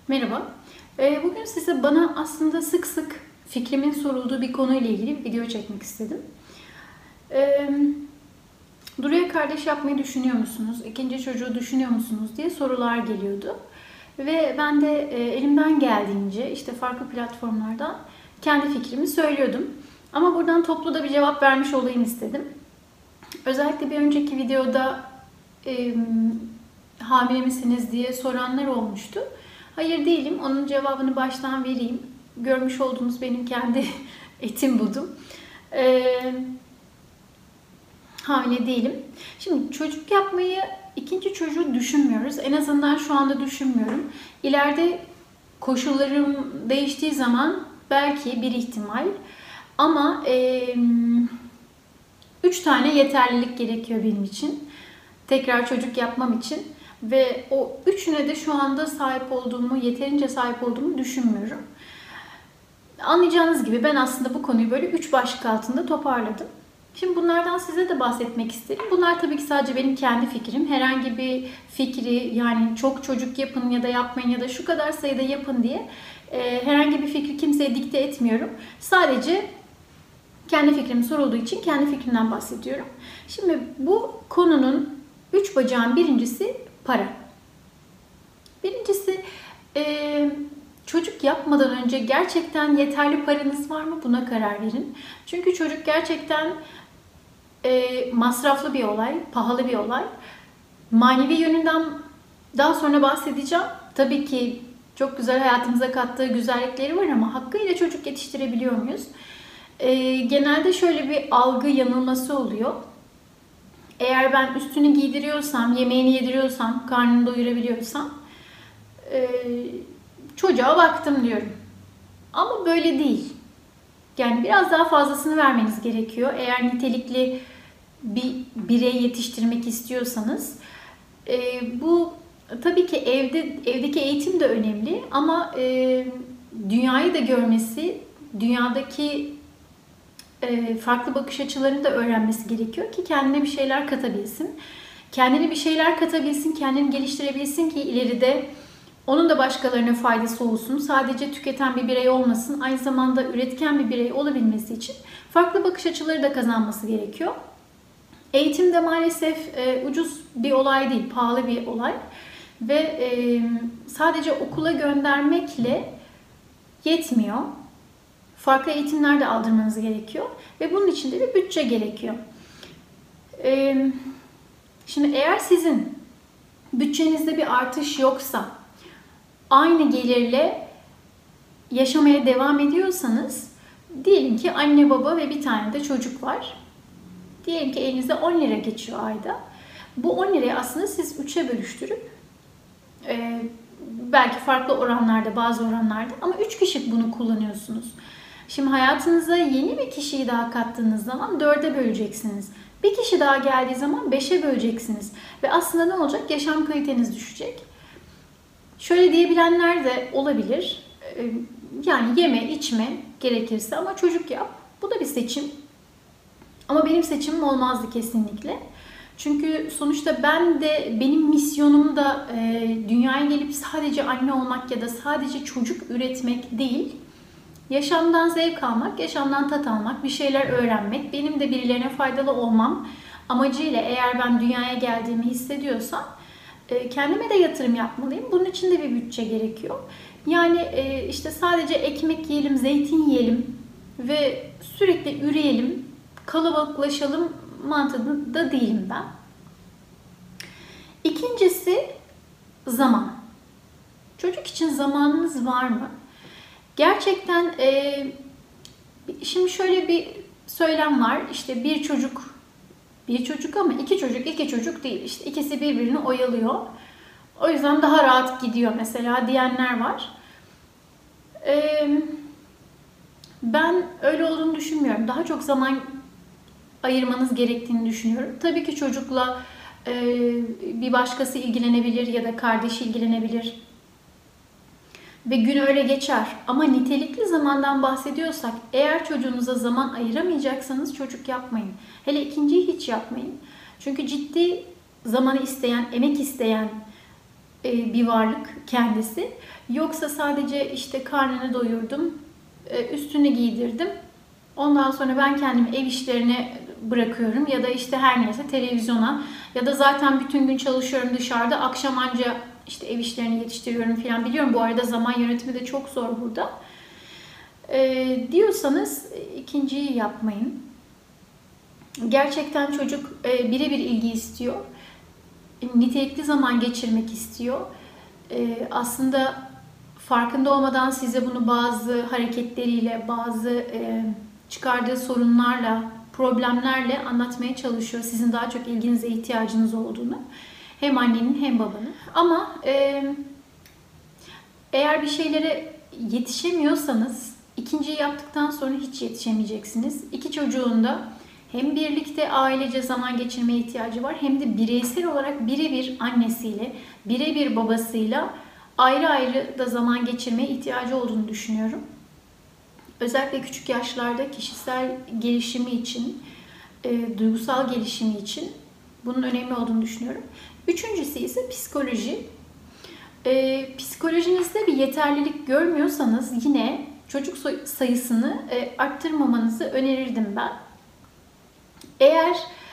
Merhaba. Bugün size bana aslında sık sık fikrimin sorulduğu bir konuyla ilgili bir video çekmek istedim. Ee, Duru'ya kardeş yapmayı düşünüyor musunuz? İkinci çocuğu düşünüyor musunuz diye sorular geliyordu. Ve ben de elimden geldiğince işte farklı platformlardan kendi fikrimi söylüyordum. Ama buradan toplu da bir cevap vermiş olayım istedim. Özellikle bir önceki videoda hamile misiniz diye soranlar olmuştu. Hayır değilim. Onun cevabını baştan vereyim. Görmüş olduğunuz benim kendi etim budum. Hamile değilim. Şimdi çocuk yapmayı, ikinci çocuğu düşünmüyoruz. En azından şu anda düşünmüyorum. İleride koşullarım değiştiği zaman belki bir ihtimal. Ama 3 tane yeterlilik gerekiyor benim için. Tekrar çocuk yapmam için. Ve o üçüne de şu anda sahip olduğumu, yeterince sahip olduğumu düşünmüyorum. Anlayacağınız gibi ben aslında bu konuyu böyle 3 başlık altında toparladım. Şimdi bunlardan size de bahsetmek isterim. Bunlar tabii ki sadece benim kendi fikrim. Herhangi bir fikri, yani çok çocuk yapın ya da yapmayın ya da şu kadar sayıda yapın diye herhangi bir fikri kimseye dikte etmiyorum. Sadece kendi fikrim sorulduğu için kendi fikrimden bahsediyorum. Şimdi bu konunun 3 bacağın birincisi para. Birincisi çocuk yapmadan önce gerçekten yeterli paranız var mı? Buna karar verin. Çünkü çocuk gerçekten masraflı bir olay, pahalı bir olay. Manevi yönünden daha sonra bahsedeceğim. Tabii ki çok güzel hayatımıza kattığı güzellikleri var ama hakkıyla çocuk yetiştirebiliyor muyuz? Genelde şöyle bir algı yanılması oluyor. Eğer ben üstünü giydiriyorsam, yemeğini yediriyorsam, karnını doyurabiliyorsam çocuğa baktım diyorum. Ama böyle değil. Yani biraz daha fazlasını vermeniz gerekiyor. Eğer nitelikli bir birey yetiştirmek istiyorsanız. Bu tabii ki evdeki eğitim de önemli ama dünyayı da görmesi, dünyadaki farklı bakış açılarını da öğrenmesi gerekiyor ki kendine bir şeyler katabilsin. Kendine bir şeyler katabilsin, kendini geliştirebilsin ki ileride onun da başkalarına faydası olsun. Sadece tüketen bir birey olmasın, aynı zamanda üretken bir birey olabilmesi için farklı bakış açıları da kazanması gerekiyor. Eğitim de maalesef ucuz bir olay değil, pahalı bir olay. Ve sadece okula göndermekle yetmiyor. Farklı eğitimler de aldırmanız gerekiyor. Ve bunun için de bir bütçe gerekiyor. Şimdi eğer sizin bütçenizde bir artış yoksa, aynı gelirle yaşamaya devam ediyorsanız, diyelim ki anne baba ve bir tane de çocuk var. Diyelim ki elinizde 10 lira geçiyor ayda. Bu 10 lirayı aslında siz 3'e bölüştürüp belki farklı oranlarda, bazı oranlarda ama 3 kişi bunu kullanıyorsunuz. Şimdi hayatınıza yeni bir kişiyi daha kattığınız zaman 4'e böleceksiniz. Bir kişi daha geldiği zaman 5'e böleceksiniz. Ve aslında ne olacak? Yaşam kaliteniz düşecek. Şöyle diyebilenler de olabilir. Yani yeme, içme gerekirse ama çocuk yap. Bu da bir seçim. Ama benim seçimim olmazdı kesinlikle. Çünkü sonuçta benim misyonum da dünyaya gelip sadece anne olmak ya da sadece çocuk üretmek değil. Yaşamdan zevk almak, yaşamdan tat almak, bir şeyler öğrenmek, benim de birilerine faydalı olmam amacıyla eğer ben dünyaya geldiğimi hissediyorsam kendime de yatırım yapmalıyım. Bunun için de bir bütçe gerekiyor. Yani işte sadece ekmek yiyelim, zeytin yiyelim ve sürekli üreyelim, kalabalıklaşalım mantığında değilim ben. İkincisi zaman. Çocuk için zamanınız var mı? Gerçekten şimdi şöyle bir söylem var. İşte bir çocuk ama iki çocuk değil. İşte ikisi birbirini oyalıyor. O yüzden daha rahat gidiyor mesela diyenler var. Ben öyle olduğunu düşünmüyorum. Daha çok zaman ayırmanız gerektiğini düşünüyorum. Tabii ki çocukla bir başkası ilgilenebilir ya da kardeşi ilgilenebilir. Ve gün öyle geçer. Ama nitelikli zamandan bahsediyorsak, eğer çocuğunuza zaman ayıramayacaksanız çocuk yapmayın. Hele ikinciyi hiç yapmayın. Çünkü ciddi zamanı isteyen, emek isteyen bir varlık kendisi. Yoksa sadece işte karnını doyurdum, üstünü giydirdim. Ondan sonra ben kendimi ev işlerine bırakıyorum ya da işte her neyse televizyona ya da zaten bütün gün çalışıyorum dışarıda, akşam anca işte ev işlerini yetiştiriyorum falan. Biliyorum bu arada zaman yönetimi de çok zor burada. Diyorsanız ikinciyi yapmayın. Gerçekten çocuk birebir ilgi istiyor. Nitelikli zaman geçirmek istiyor. Aslında farkında olmadan size bunu bazı hareketleriyle, bazı çıkardığı sorunlarla, problemlerle anlatmaya çalışıyor. Sizin daha çok ilginize ihtiyacınız olduğunu. Hem annenin hem babanın. Ama eğer bir şeylere yetişemiyorsanız ikinciyi yaptıktan sonra hiç yetişemeyeceksiniz. İki çocuğun da hem birlikte ailece zaman geçirmeye ihtiyacı var hem de bireysel olarak birebir annesiyle, birebir babasıyla ayrı ayrı da zaman geçirmeye ihtiyacı olduğunu düşünüyorum. Özellikle küçük yaşlarda kişisel gelişimi için, duygusal gelişimi için bunun önemli olduğunu düşünüyorum. Üçüncüsü ise psikoloji. Psikolojinizde bir yeterlilik görmüyorsanız yine çocuk sayısını arttırmamanızı önerirdim ben. Eğer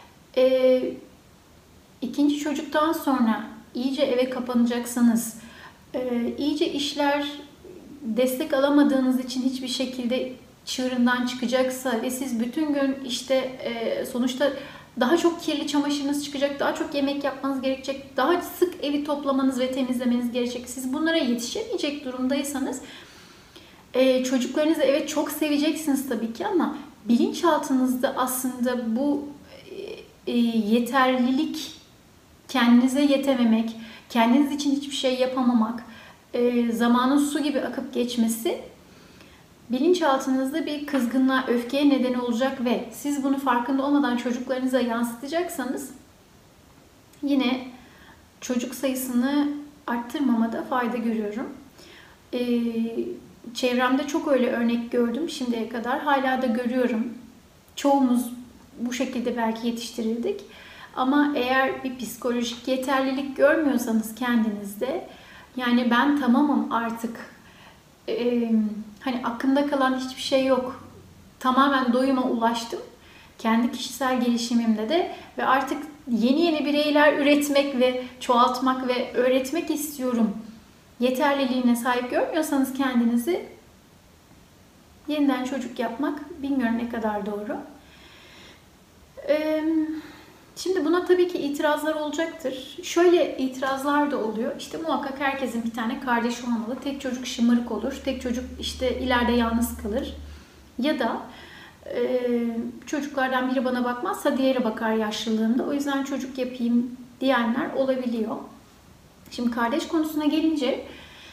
ikinci çocuktan sonra iyice eve kapanacaksanız, iyice işler destek alamadığınız için hiçbir şekilde çığırından çıkacaksa ve siz bütün gün işte sonuçta daha çok kirli çamaşırınız çıkacak, daha çok yemek yapmanız gerekecek, daha sık evi toplamanız ve temizlemeniz gerekecek. Siz bunlara yetişemeyecek durumdaysanız çocuklarınızı evet çok seveceksiniz tabii ki ama bilinçaltınızda aslında bu yeterlilik, kendinize yetememek, kendiniz için hiçbir şey yapamamak, zamanın su gibi akıp geçmesi bilinçaltınızda bir kızgınlığa, öfkeye neden olacak ve siz bunu farkında olmadan çocuklarınıza yansıtacaksanız yine çocuk sayısını arttırmamada fayda görüyorum. Çevremde çok öyle örnek gördüm şimdiye kadar. Hala da görüyorum. Çoğumuz bu şekilde belki yetiştirildik. Ama eğer bir psikolojik yeterlilik görmüyorsanız kendinizde, yani ben tamamım artık, hani aklımda kalan hiçbir şey yok, tamamen doyuma ulaştım kendi kişisel gelişimimde de ve artık yeni bireyler üretmek ve çoğaltmak ve öğretmek istiyorum yeterliliğine sahip görmüyorsanız kendinizi, yeniden çocuk yapmak bilmiyorum ne kadar doğru. Şimdi buna tabii ki itirazlar olacaktır. Şöyle itirazlar da oluyor. İşte muhakkak herkesin bir tane kardeşi olmalı. Tek çocuk şımarık olur. Tek çocuk işte ileride yalnız kalır. Ya da çocuklardan biri bana bakmazsa diğeri bakar yaşlılığımda. O yüzden çocuk yapayım diyenler olabiliyor. Şimdi kardeş konusuna gelince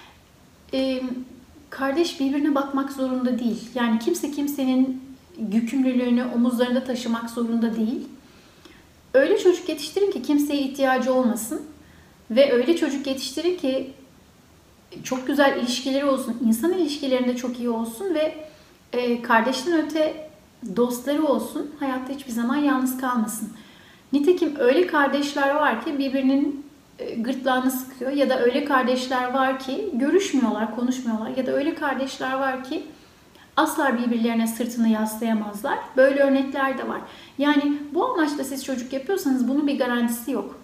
kardeş birbirine bakmak zorunda değil. Yani kimse kimsenin yükümlülüğünü omuzlarında taşımak zorunda değil. Öyle çocuk yetiştirin ki kimseye ihtiyacı olmasın ve öyle çocuk yetiştirin ki çok güzel ilişkileri olsun, insan ilişkilerinde çok iyi olsun ve kardeşten öte dostları olsun, hayatta hiçbir zaman yalnız kalmasın. Nitekim öyle kardeşler var ki birbirinin gırtlağını sıkıyor ya da öyle kardeşler var ki görüşmüyorlar, konuşmuyorlar ya da öyle kardeşler var ki asla birbirlerine sırtını yaslayamazlar. Böyle örnekler de var. Yani bu amaçla siz çocuk yapıyorsanız bunun bir garantisi yok.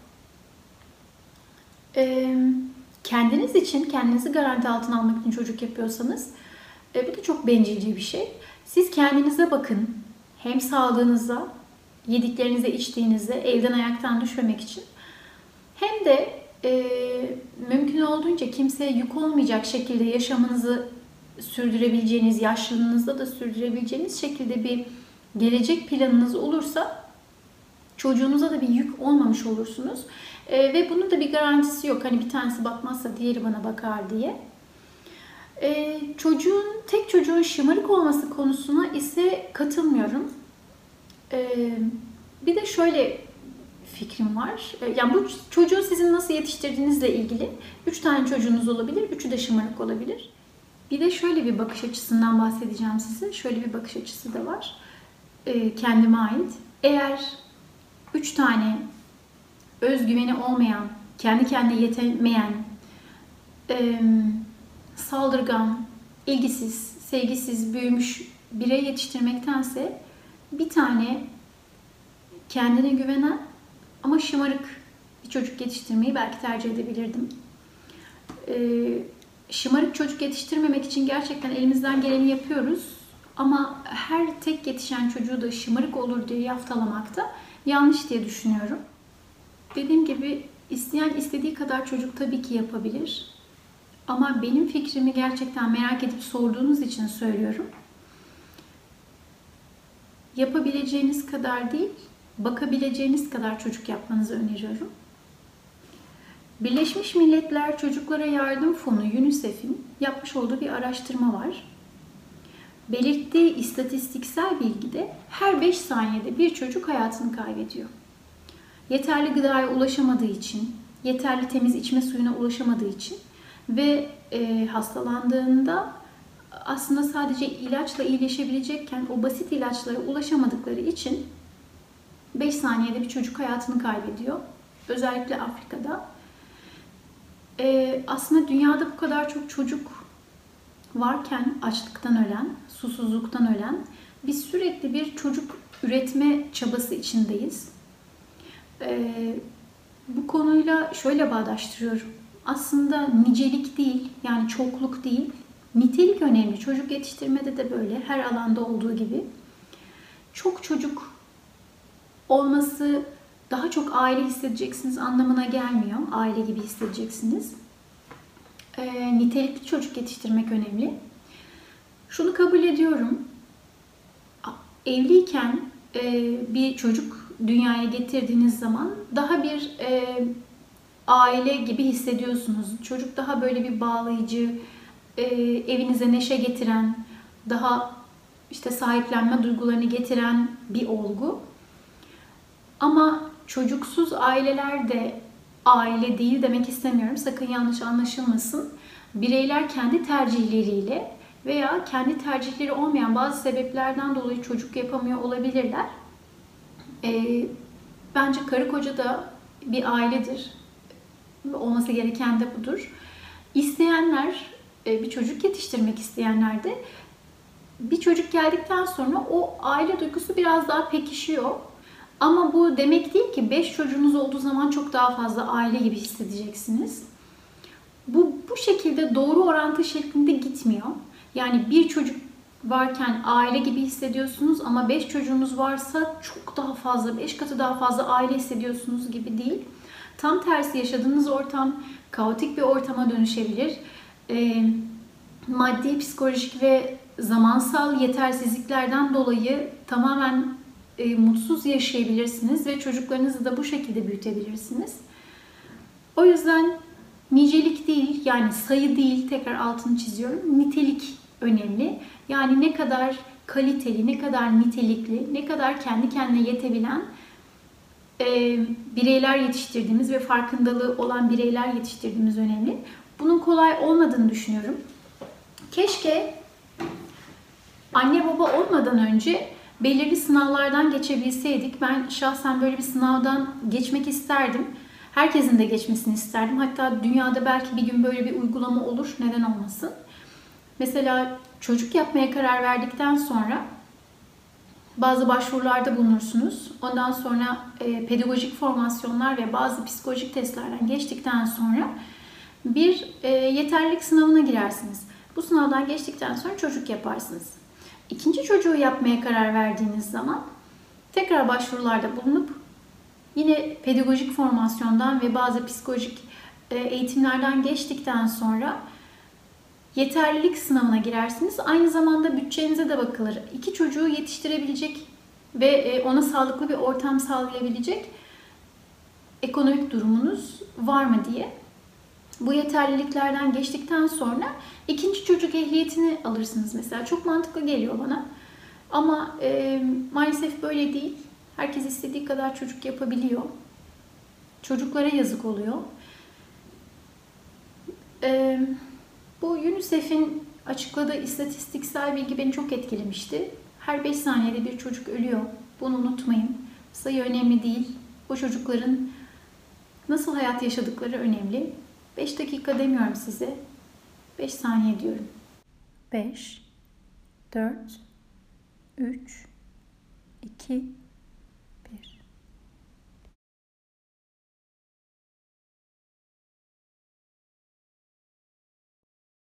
Kendiniz için, kendinizi garanti altına almak için çocuk yapıyorsanız bu da çok bencilce bir şey. Siz kendinize bakın. Hem sağlığınıza, yediklerinize, içtiğinize, evden ayaktan düşmemek için hem de mümkün olduğunca kimseye yük olmayacak şekilde yaşamınızı sürdürebileceğiniz, yaşlılığınızda da sürdürebileceğiniz şekilde bir gelecek planınız olursa çocuğunuza da bir yük olmamış olursunuz. Ve bunun da bir garantisi yok. Hani bir tanesi bakmazsa diğeri bana bakar diye. Tek çocuğun şımarık olması konusuna ise katılmıyorum. Bir de şöyle fikrim var. Yani bu çocuğu sizin nasıl yetiştirdiğinizle ilgili. 3 tane çocuğunuz olabilir, 3'ü de şımarık olabilir. Bir de şöyle bir bakış açısından bahsedeceğim size. Şöyle bir bakış açısı da var. Kendime ait. Eğer 3 tane özgüveni olmayan, kendi kendine yetemeyen, saldırgan, ilgisiz, sevgisiz büyümüş birey yetiştirmektense bir tane kendine güvenen ama şımarık bir çocuk yetiştirmeyi belki tercih edebilirdim. Şımarık çocuk yetiştirmemek için gerçekten elimizden geleni yapıyoruz. Ama her tek yetişen çocuğu da şımarık olur diye yaftalamak da yanlış diye düşünüyorum. Dediğim gibi isteyen istediği kadar çocuk tabii ki yapabilir. Ama benim fikrimi gerçekten merak edip sorduğunuz için söylüyorum. Yapabileceğiniz kadar değil, bakabileceğiniz kadar çocuk yapmanızı öneriyorum. Birleşmiş Milletler Çocuklara Yardım Fonu UNICEF'in yapmış olduğu bir araştırma var. Belirttiği istatistiksel bilgide her 5 saniyede bir çocuk hayatını kaybediyor. Yeterli gıdaya ulaşamadığı için, yeterli temiz içme suyuna ulaşamadığı için ve hastalandığında aslında sadece ilaçla iyileşebilecekken o basit ilaçlara ulaşamadıkları için 5 saniyede bir çocuk hayatını kaybediyor. Özellikle Afrika'da. Aslında dünyada bu kadar çok çocuk varken açlıktan ölen, susuzluktan ölen, biz sürekli bir çocuk üretme çabası içindeyiz. Bu konuyla şöyle bağdaştırıyorum. Aslında nicelik değil, yani çokluk değil, nitelik önemli. Çocuk yetiştirmede de böyle, her alanda olduğu gibi. Çok çocuk olması daha çok aile hissedeceksiniz anlamına gelmiyor. Aile gibi hissedeceksiniz. Nitelikli çocuk yetiştirmek önemli. Şunu kabul ediyorum. Evliyken bir çocuk dünyaya getirdiğiniz zaman daha bir aile gibi hissediyorsunuz. Çocuk daha böyle bir bağlayıcı, evinize neşe getiren, daha işte sahiplenme duygularını getiren bir olgu. Ama çocuksuz aileler de aile değil demek istemiyorum. Sakın yanlış anlaşılmasın. Bireyler kendi tercihleriyle veya kendi tercihleri olmayan bazı sebeplerden dolayı çocuk yapamıyor olabilirler. Bence karı koca da bir ailedir. Olması gereken de budur. İsteyenler, bir çocuk yetiştirmek isteyenler de bir çocuk geldikten sonra o aile duygusu biraz daha pekişiyor. Ama bu demek değil ki 5 çocuğunuz olduğu zaman çok daha fazla aile gibi hissedeceksiniz. Bu şekilde doğru orantı şeklinde gitmiyor. Yani bir çocuk varken aile gibi hissediyorsunuz ama 5 çocuğunuz varsa çok daha fazla, 5 katı daha fazla aile hissediyorsunuz gibi değil. Tam tersi, yaşadığınız ortam kaotik bir ortama dönüşebilir. Maddi, psikolojik ve zamansal yetersizliklerden dolayı tamamen mutsuz yaşayabilirsiniz ve çocuklarınızı da bu şekilde büyütebilirsiniz. O yüzden nicelik değil, yani sayı değil, tekrar altını çiziyorum, nitelik önemli. Yani ne kadar kaliteli, ne kadar nitelikli, ne kadar kendi kendine yetebilen bireyler yetiştirdiğimiz ve farkındalığı olan bireyler yetiştirdiğimiz önemli. Bunun kolay olmadığını düşünüyorum. Keşke anne baba olmadan önce belirli sınavlardan geçebilseydik. Ben şahsen böyle bir sınavdan geçmek isterdim. Herkesin de geçmesini isterdim. Hatta dünyada belki bir gün böyle bir uygulama olur. Neden olmasın? Mesela çocuk yapmaya karar verdikten sonra bazı başvurularda bulunursunuz. Ondan sonra pedagojik formasyonlar ve bazı psikolojik testlerden geçtikten sonra bir yeterlilik sınavına girersiniz. Bu sınavdan geçtikten sonra çocuk yaparsınız. İkinci çocuğu yapmaya karar verdiğiniz zaman tekrar başvurularda bulunup yine pedagojik formasyondan ve bazı psikolojik eğitimlerden geçtikten sonra yeterlilik sınavına girersiniz. Aynı zamanda bütçenize de bakılır. 2 çocuğu yetiştirebilecek ve ona sağlıklı bir ortam sağlayabilecek ekonomik durumunuz var mı diye. Bu yeterliliklerden geçtikten sonra ikinci çocuk ehliyetini alırsınız mesela. Çok mantıklı geliyor bana. Ama maalesef böyle değil. Herkes istediği kadar çocuk yapabiliyor. Çocuklara yazık oluyor. Bu UNICEF'in açıkladığı istatistiksel bilgi beni çok etkilemişti. Her 5 saniyede bir çocuk ölüyor. Bunu unutmayın. Sayı önemli değil. O çocukların nasıl hayat yaşadıkları önemli. 5 dakika demiyorum size. 5 saniye diyorum. 5, 4, 3, 2,